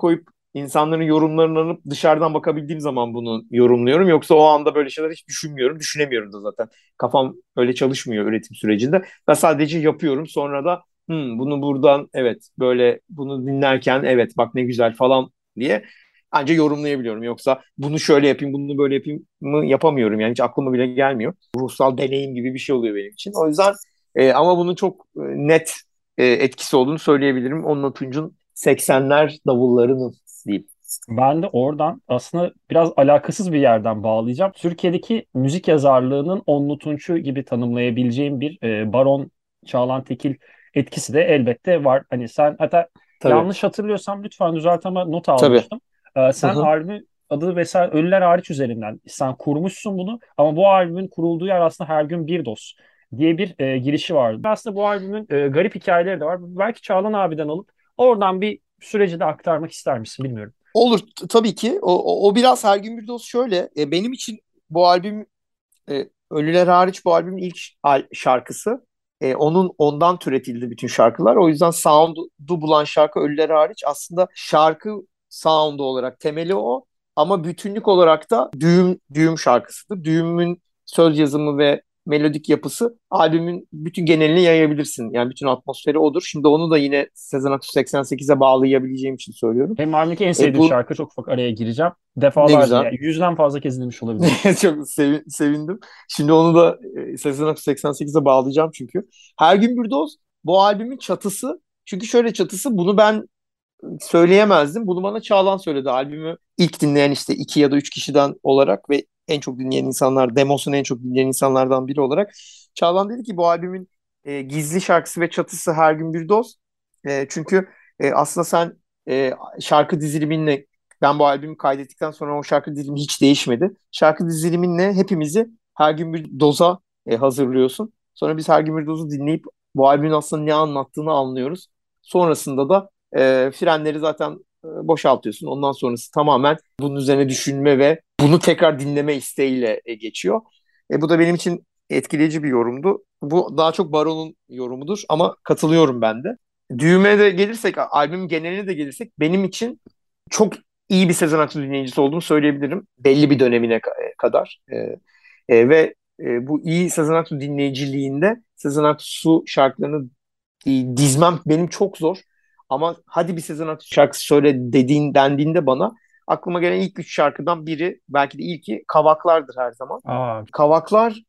İnsanların yorumlarını alıp dışarıdan bakabildiğim zaman bunu yorumluyorum. Yoksa o anda böyle şeyler hiç düşünmüyorum. Düşünemiyorum da zaten. Kafam öyle çalışmıyor üretim sürecinde. Ben sadece yapıyorum. Sonra da "Hmm, bunu buradan evet böyle bunu dinlerken evet bak ne güzel falan diye anca yorumlayabiliyorum. Yoksa bunu şöyle yapayım, bunu böyle yapayım mı yapamıyorum. Yani hiç aklıma bile gelmiyor. Ruhsal deneyim gibi bir şey oluyor benim için. O yüzden e, ama bunun çok e, net e, etkisi olduğunu söyleyebilirim. Onunla Tunç'un seksenler davullarının diyeyim. Ben de oradan aslında biraz alakasız bir yerden bağlayacağım. Türkiye'deki müzik yazarlığının Onlu Tunç'u gibi tanımlayabileceğim bir e, Baron Çağlan Tekil etkisi de elbette var. Hani sen hatta Tabii. yanlış hatırlıyorsam lütfen düzelt ama not Tabii. almıştım. E, Hı sen hı. albümü adı vesaire Ölüler Hariç üzerinden sen kurmuşsun bunu ama bu albümün kurulduğu yer aslında Her Gün Bir Doz diye bir e, girişi vardı. Aslında bu albümün e, garip hikayeleri de var. Belki Çağlan abiden alıp oradan bir süreci de aktarmak ister misin bilmiyorum. Olur t- tabii ki. O, o, o biraz her gün bir doz şöyle. E, benim için bu albüm e, Ölüler hariç bu albümün ilk ş- al- şarkısı. E, onun ondan türetildi bütün şarkılar. O yüzden sound'u bulan şarkı Ölüler hariç aslında şarkı sound'u olarak temeli o. Ama bütünlük olarak da düğüm düğüm şarkısıdır. Düğümün söz yazımı ve melodik yapısı albümün bütün genelini yayabilirsin. Yani bütün atmosferi odur. Şimdi onu da yine Sezen Aksu seksen sekize bağlayabileceğim için söylüyorum. Benim albümdeki en E, sevdiğim bu şarkı çok ufak araya gireceğim. ne Defalarca güzel. yani yüzden fazla kez dinlemiş olabilirim. Çok sevi- sevindim. Şimdi onu da e, Sezen Aksu seksen sekize bağlayacağım çünkü. Her gün bir doz bu albümün çatısı. Çünkü şöyle çatısı bunu ben söyleyemezdim. Bunu bana Çağlan söyledi. Albümü ilk dinleyen işte iki ya da üç kişiden olarak ve en çok dinleyen insanlar, demosunu en çok dinleyen insanlardan biri olarak. Çağlan dedi ki bu albümün e, gizli şarkısı ve çatısı Her Gün Bir Doz. E, çünkü e, aslında sen e, şarkı diziliminle ben bu albümü kaydettikten sonra o şarkı dizilimi hiç değişmedi. Şarkı diziliminle hepimizi her gün bir doza e, hazırlıyorsun. Sonra biz her gün bir dozu dinleyip bu albümün aslında ne anlattığını anlıyoruz. Sonrasında da e, frenleri zaten e, boşaltıyorsun. Ondan sonrası tamamen bunun üzerine düşünme ve bunu tekrar dinleme isteğiyle e, geçiyor. E, bu da benim için etkileyici bir yorumdu. Bu daha çok Baron'un yorumudur ama katılıyorum ben de. Düğüme de gelirsek, albüm geneline de gelirsek benim için çok iyi bir Sezen Aksu dinleyicisi olduğumu söyleyebilirim. Belli bir dönemine ka- kadar. E, e, ve e, bu iyi Sezen Aksu dinleyiciliğinde Sezen Aksu şarkılarını e, dizmem benim çok zor. Ama hadi bir Sezen Aksu şarkısı söyle dediğin dendiğinde bana aklıma gelen ilk üç şarkıdan biri belki de ilki Kavaklar'dır her zaman. Aa, Kavaklar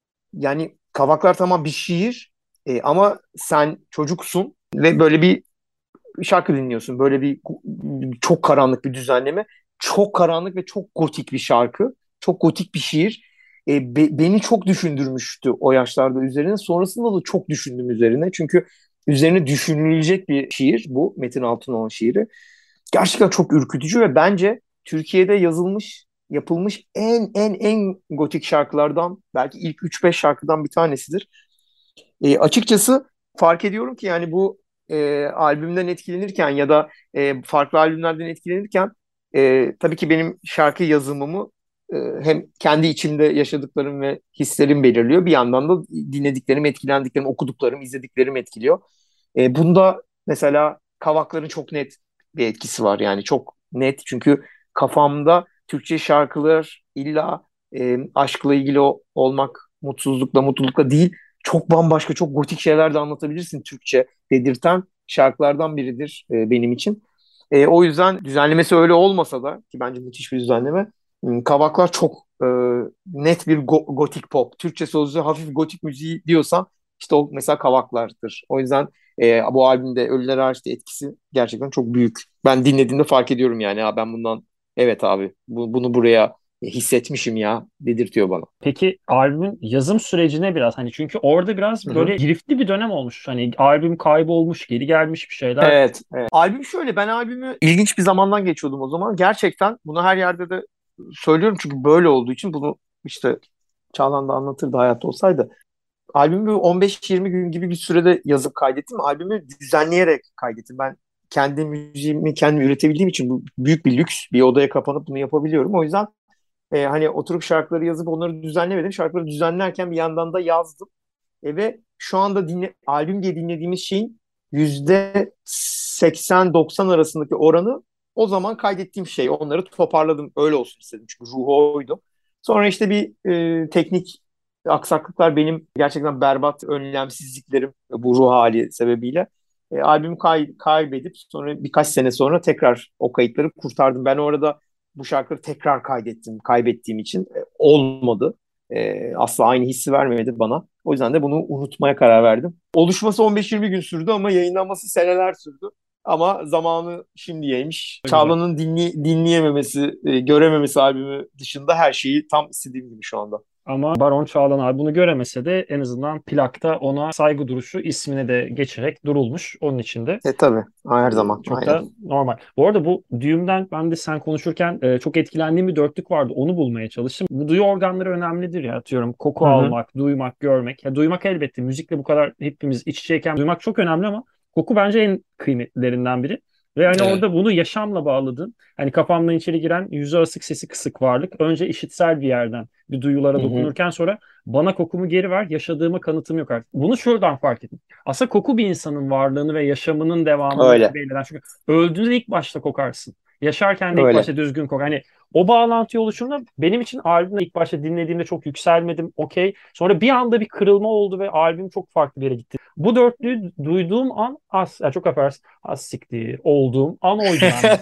yani Kavaklar tamam bir şiir e, ama sen çocuksun ve böyle bir şarkı dinliyorsun. Böyle bir çok karanlık bir düzenleme. Çok karanlık ve çok gotik bir şarkı. Çok gotik bir şiir. E, be- beni çok düşündürmüştü o yaşlarda üzerine. Sonrasında da çok düşündüm üzerine. Çünkü üzerine düşünülecek bir şiir bu. Metin Altınoğlu şiiri. Gerçekten çok ürkütücü ve bence Türkiye'de yazılmış, yapılmış en en en gotik şarkılardan belki ilk üç beş şarkıdan bir tanesidir. E, açıkçası fark ediyorum ki yani bu e, albümden etkilenirken ya da e, farklı albümlerden etkilenirken e, tabii ki benim şarkı yazımımı e, hem kendi içimde yaşadıklarım ve hislerim belirliyor. Bir yandan da dinlediklerim, etkilendiklerim, okuduklarım, izlediklerim etkiliyor. E, bunda mesela Kavakların çok net bir etkisi var. Yani çok net çünkü kafamda Türkçe şarkılar illa e, aşkla ilgili o- olmak, mutsuzlukla, mutlulukla değil çok bambaşka, çok gotik şeyler de anlatabilirsin Türkçe dedirten şarkılardan biridir e, benim için. E, o yüzden düzenlemesi öyle olmasa da ki bence müthiş bir düzenleme. m, Kavaklar çok e, net bir go- gotik pop. Türkçe sözlü hafif gotik müziği diyorsan işte o mesela Kavaklar'dır. O yüzden e, bu albümde Ölüler Hariç'te etkisi gerçekten çok büyük. Ben dinlediğimde fark ediyorum yani. Ha, ben bundan evet abi bu, bunu buraya hissetmişim ya dedirtiyor bana. peki albümün yazım sürecine biraz hani çünkü orada Hı biraz hı. böyle giriftli bir dönem olmuş. Hani albüm kaybolmuş, geri gelmiş bir şeyler. Evet, evet. Albüm şöyle, ben albümü ilginç bir zamandan geçiyordum o zaman. Gerçekten bunu her yerde de söylüyorum çünkü böyle olduğu için bunu işte Çağlan da anlatırdı hayatta olsaydı. Albümü on beş yirmi gün gibi bir sürede yazıp kaydettim. Albümü düzenleyerek kaydettim. Ben kendi müziğimi kendim üretebildiğim için bu büyük bir lüks. Bir odaya kapanıp bunu yapabiliyorum. O yüzden e, hani oturup şarkıları yazıp onları düzenlemedim. Şarkıları düzenlerken bir yandan da yazdım. E, ve şu anda dinle, albüm diye dinlediğimiz şeyin yüzde seksen doksan arasındaki oranı o zaman kaydettiğim şey. Onları toparladım. Öyle olsun istedim. Çünkü ruhu oydu. Sonra işte bir e, teknik aksaklıklar, benim gerçekten berbat önlemsizliklerim bu ruh hali sebebiyle e, albümü kay- kaybedip sonra birkaç sene sonra tekrar o kayıtları kurtardım. Ben orada bu şarkıları tekrar kaydettim. Kaybettiğim için e, olmadı. E, asla aynı hissi vermedi bana. O yüzden de bunu unutmaya karar verdim. Oluşması on beş yirmi gün sürdü ama yayınlanması seneler sürdü. Ama zamanı şimdiymiş. Güzel. Çağla'nın dinli, dinleyememesi, e, görememesi albümü dışında her şeyi tam istediğim gibi şu anda. Ama Baron Çağlan abi bunu göremese de en azından plakta ona saygı duruşu ismini de geçerek durulmuş. Onun için de E tabii, her zaman, çok aynen. da normal. Bu arada bu düğümden ben de sen konuşurken e, çok etkilendiğim bir dörtlük vardı. Onu bulmaya çalıştım. Bu duyu organları önemlidir ya. Atıyorum koku Hı hı. almak, duymak, görmek. Ya duymak elbette müzikle bu kadar hepimiz iç içeyken duymak çok önemli ama koku bence en kıymetlilerinden biri. Ve hani Evet. orada bunu yaşamla bağladın. Hani kafamdan içeri giren yüzü asık sesi kısık varlık. Önce işitsel bir yerden bir Hı duyulara hı. dokunurken sonra bana kokumu geri ver, yaşadığıma kanıtım yok artık. Bunu şuradan fark ettim. Aslında koku bir insanın varlığını ve yaşamının devamını Öyle. belirlen. Çünkü öldüğünde de ilk başta kokarsın. Yaşarken de ilk Öyle. başta düzgün kok. Hani o bağlantı oluşumda benim için albümü ilk başta dinlediğimde çok yükselmedim. Okey. Sonra bir anda bir kırılma oldu ve albüm çok farklı bir yere gitti. Bu dörtlüyü duyduğum an az, yani çok affedersin, az siktir olduğum an oydu bende.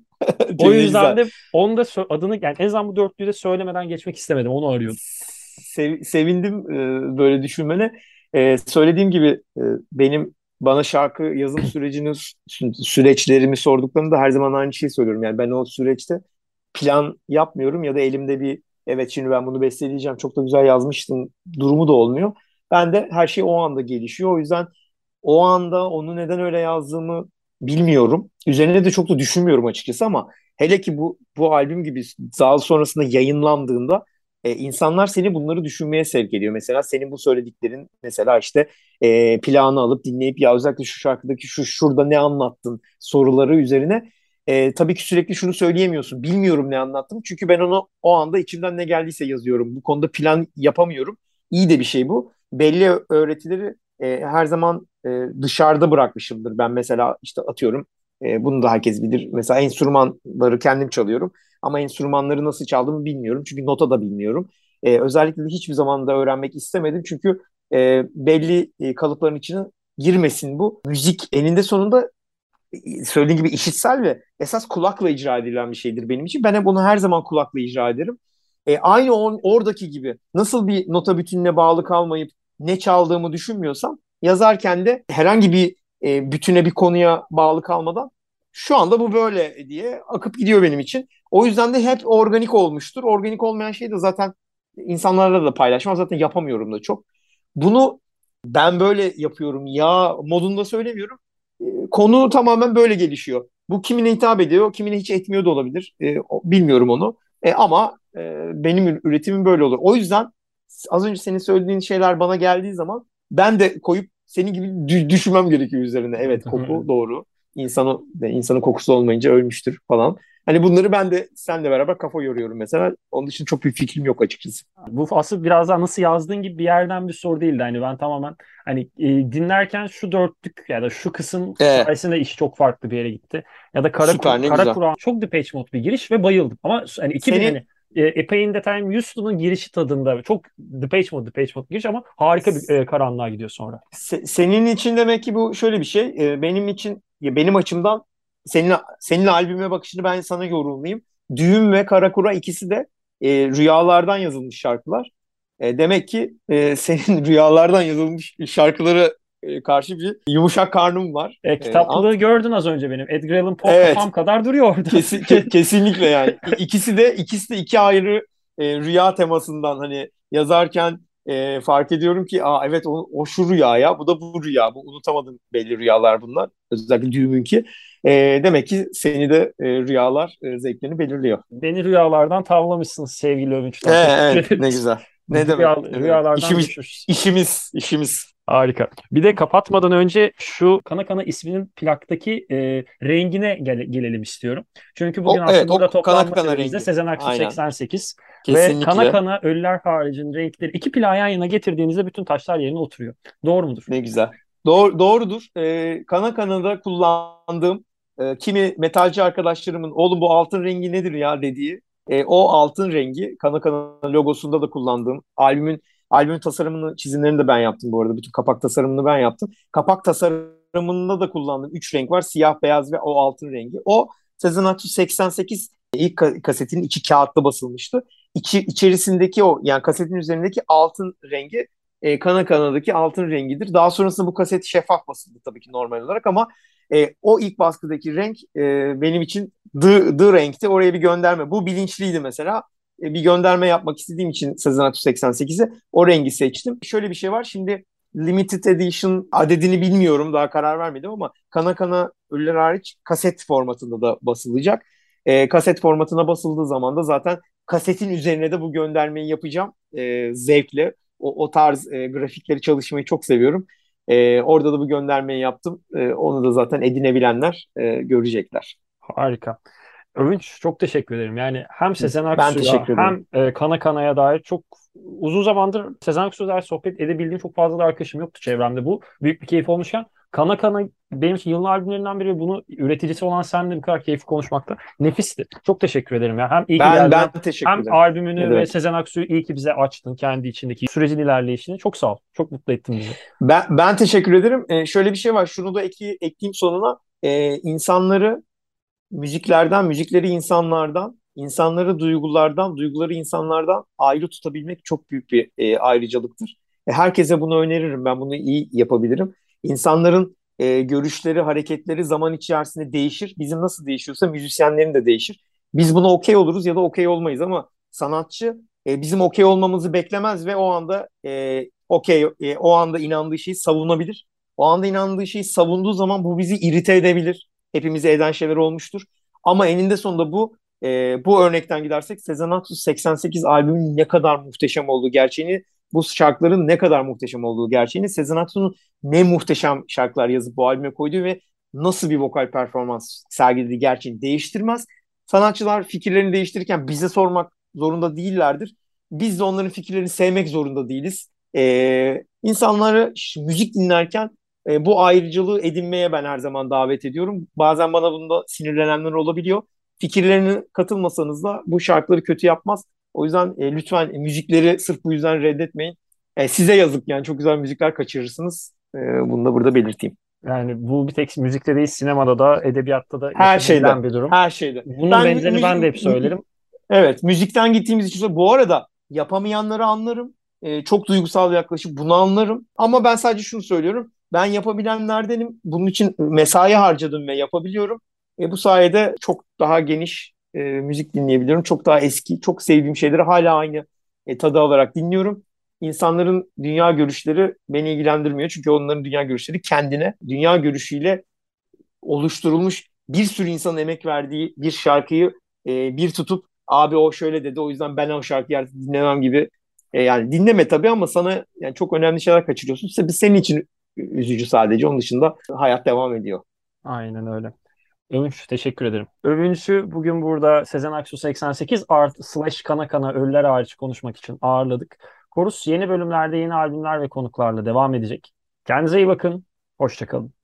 O Ne yüzden güzel. de onu da sö- adını yani en azından bu dörtlüyü de söylemeden geçmek istemedim. Onu arıyordum. Sev- sevindim e, böyle düşünmene. E, söylediğim gibi e, benim bana şarkı yazım sürecini sü- süreçlerimi sorduklarında her zaman aynı şeyi söylüyorum. Yani ben o süreçte plan yapmıyorum ya da elimde bir, evet şimdi ben bunu besteleyeceğim, çok da güzel yazmıştım durumu da olmuyor. Ben de her şey o anda gelişiyor. O yüzden o anda onu neden öyle yazdığımı bilmiyorum. Üzerine de çok da düşünmüyorum açıkçası ama hele ki bu bu albüm gibi daha sonrasında yayınlandığında e, insanlar seni bunları düşünmeye sevk ediyor. Mesela senin bu söylediklerin, mesela işte e, planı alıp dinleyip ya özellikle şu şarkıdaki şu şurada ne anlattın soruları üzerine e, tabii ki sürekli şunu söyleyemiyorsun. Bilmiyorum ne anlattım. Çünkü ben onu o anda içimden ne geldiyse yazıyorum. Bu konuda plan yapamıyorum. İyi de bir şey bu. Belli öğretileri e, her zaman e, dışarıda bırakmışımdır. Ben mesela işte atıyorum, e, bunu da herkes bilir. Mesela enstrümanları kendim çalıyorum. Ama enstrümanları nasıl çaldığımı bilmiyorum. Çünkü nota da bilmiyorum. E, özellikle de hiçbir zaman da öğrenmek istemedim. Çünkü e, belli e, kalıpların içine girmesin bu. Müzik eninde sonunda e, söylediğin gibi işitsel ve esas kulakla icra edilen bir şeydir benim için. Ben hep bunu her zaman kulakla icra ederim. E, aynı on, oradaki gibi nasıl bir nota bütününe bağlı kalmayıp ne çaldığımı düşünmüyorsam, yazarken de herhangi bir e, bütüne, bir konuya bağlı kalmadan şu anda bu böyle diye akıp gidiyor benim için. O yüzden de hep organik olmuştur. Organik olmayan şeyi de zaten insanlarla da paylaşmam. Zaten yapamıyorum da çok. Bunu ben böyle yapıyorum ya modunda söylemiyorum. E, konu tamamen böyle gelişiyor. Bu kimine hitap ediyor, kimine hiç etmiyor da olabilir. E, o- bilmiyorum onu. E, ama e, benim üretimim böyle olur. O yüzden az önce senin söylediğin şeyler bana geldiği zaman ben de koyup senin gibi dü- düşünmem gerekiyor üzerine. Evet, koku doğru. İnsanı, insanın kokusu olmayınca ölmüştür falan. Hani bunları ben de seninle beraber kafa yoruyorum mesela. Onun için çok bir fikrim yok açıkçası. Bu aslında biraz daha nasıl yazdığın gibi bir yerden bir soru değildi. Hani ben tamamen hani e, dinlerken şu dörtlük ya da şu kısım E, sayesinde iş çok farklı bir yere gitti. Ya da Kara, Kur- süper, ne Kara güzel. Kur'an çok Depeche Mode bir giriş ve bayıldım. Ama hani iki bin Seni hani e, A Pain in the Time Houston'un girişi tadında çok Depeche Mode Depeche Mode giriş ama harika bir e, karanlığa gidiyor sonra. Se- senin için demek ki bu şöyle bir şey. Ee, benim için, ya benim açımdan senin senin albüme bakışını ben sana yorumlayayım. Düğün ve Karakura ikisi de e, rüyalardan yazılmış şarkılar. E, demek ki e, senin rüyalardan yazılmış şarkılara e, karşı bir yumuşak karnım var. E, E, an- kitaplığı gördün az önce benim. Edgar Allan Poe evet, kafam kadar duruyor orada. Kesi- ke- kesinlikle yani. İ- İkisi de ikisi de iki ayrı e, rüya temasından hani yazarken e, fark ediyorum ki aa evet o, o şu rüya ya, bu da bu rüya. Bu unutamadığım belli rüyalar bunlar. Özellikle düğümünki. E, demek ki seni de e, rüyalar e, zevklerini belirliyor. Beni rüyalardan tavlamışsınız sevgili E, Övünç'ten. Teşekkür evet, ne ederiz. güzel. Ne demek? Rüya, Ne demek? rüyalardan İşimiz düşmüşüz. işimiz işimiz. Harika. Bir de kapatmadan önce şu Kana Kana isminin plaktaki e, rengine gele- gelelim istiyorum. Çünkü bugün O evet, aslında o burada kana toplanma kana sebebimiz de rengi. Sezen Aksu Aynen. seksen sekiz ve Kana Kesinlikle. Kana Ölüler Harici'nin renkleri iki plağı yan yana getirdiğinizde bütün taşlar yerine oturuyor. Doğru mudur? Ne güzel. Doğru, doğrudur. Ee, kana kanada kullandığım E, kimi metalci arkadaşlarımın oğlum bu altın rengi nedir ya dediği e, o altın rengi Kana Kana logosunda da kullandığım albümün albüm tasarımını çizimlerini de ben yaptım bu arada. Bütün kapak tasarımını ben yaptım. Kapak tasarımında da kullandığım üç renk var. Siyah, beyaz ve o altın rengi. O Sezen Aksu seksen sekiz ilk ka- kasetin içi kağıtlı basılmıştı. İçi, içerisindeki o yani kasetin üzerindeki altın rengi e, Kana Kana'daki altın rengidir. Daha sonrasında bu kaset şeffaf basıldı tabii ki normal olarak ama e, o ilk baskıdaki renk e, benim için the, the renkti. Oraya bir gönderme. Bu bilinçliydi mesela. E, bir gönderme yapmak istediğim için Sezen Aksu seksen sekize o rengi seçtim. Şöyle bir şey var. Şimdi limited edition adedini bilmiyorum. Daha karar vermedim ama Kana Kana Ölüler hariç kaset formatında da basılacak. E, kaset formatına basıldığı zaman da zaten kasetin üzerine de bu göndermeyi yapacağım. E, zevkle. O, o tarz e, grafikleri çalışmayı çok seviyorum. E, orada da bu göndermeyi yaptım. E, onu da zaten edinebilenler e, görecekler. Harika. Övünç, çok teşekkür ederim. Yani hem Sezen Ben Aksu'ya teşekkür ederim. hem e, Kana Kana'ya dair çok uzun zamandır Sezen Aksu'ya dair sohbet edebildiğim çok fazla da arkadaşım yoktu çevremde. Bu büyük bir keyif olmuşken Kana Kana benim için yılın albümlerinden biri. Bunu üreticisi olan seninle bu kadar keyifli konuşmakta nefisti. Çok teşekkür ederim ya. Hem iyi ki Ben geldin ben hem, teşekkür hem ederim. Ne albümünü ve demek? Sezen Aksu'yu iyi ki bize açtın kendi içindeki sürecin ilerleyişini. Çok sağ ol. Çok mutlu ettin bizi. Ben ben teşekkür ederim. E, şöyle bir şey var. Şunu da eki, ekleyeyim sonuna. E, insanları müziklerden, müzikleri insanlardan, insanları duygulardan, duyguları insanlardan ayrı tutabilmek çok büyük bir e, ayrıcalıktır. E, herkese bunu öneririm. Ben bunu iyi yapabilirim. İnsanların e, görüşleri, hareketleri zaman içerisinde değişir. Bizim nasıl değişiyorsa müzisyenlerin de değişir. Biz buna okey oluruz ya da okey olmayız ama sanatçı e, bizim okey olmamızı beklemez ve o anda e, okey, e, o anda inandığı şeyi savunabilir. O anda inandığı şeyi savunduğu zaman bu bizi irite edebilir. Hepimize eden şeyler olmuştur. Ama eninde sonunda bu e, bu örnekten gidersek Sezen Aksu seksen sekiz albümün ne kadar muhteşem olduğu gerçeğini, bu şarkıların ne kadar muhteşem olduğu gerçeğini, Sezen Aksu'nun ne muhteşem şarkılar yazıp bu albüme koyduğu ve nasıl bir vokal performans sergilediği gerçeğini değiştirmez. Sanatçılar fikirlerini değiştirirken bize sormak zorunda değillerdir. Biz de onların fikirlerini sevmek zorunda değiliz. E, insanları müzik dinlerken e, bu ayrıcalığı edinmeye ben her zaman davet ediyorum. Bazen bana bunda sinirlenenler olabiliyor. Fikirlerine katılmasanız da bu şarkıları kötü yapmaz. O yüzden e, lütfen müzikleri sırf bu yüzden reddetmeyin. E, size yazık yani çok güzel müzikler kaçırırsınız. E, bunu da burada belirteyim. Yani bu bir tek müzikte değil, sinemada da, edebiyatta da Her yaşanabilen şeyde, bir durum. her şeyde. Bunun Ben mü- benzerini ben de hep müzik, söylerim. evet müzikten gittiğimiz için söylüyorum. Bu arada yapamayanları anlarım. E, çok duygusal yaklaşıp bunu anlarım. Ama ben sadece şunu söylüyorum. Ben yapabilenlerdenim. Bunun için mesai harcadım ve yapabiliyorum. E, bu sayede çok daha geniş e, müzik dinleyebiliyorum. Çok daha eski, çok sevdiğim şeyleri hala aynı e, tadı alarak dinliyorum. İnsanların dünya görüşleri beni ilgilendirmiyor. Çünkü onların dünya görüşleri kendine, dünya görüşüyle oluşturulmuş bir sürü insanın emek verdiği bir şarkıyı e, bir tutup abi o şöyle dedi o yüzden ben o şarkıyı artık dinlemem gibi e, yani dinleme tabii ama sana yani çok önemli şeyler kaçırıyorsun. Se- Senin için üzücü sadece. Onun dışında hayat devam ediyor. Aynen öyle. Övünç, teşekkür ederim. Övünç'ü bugün burada Sezen Aksu seksen sekiz art slash Kana Kana Ölüler hariç konuşmak için ağırladık. Korus yeni bölümlerde yeni albümler ve konuklarla devam edecek. Kendinize iyi bakın. Hoşça kalın.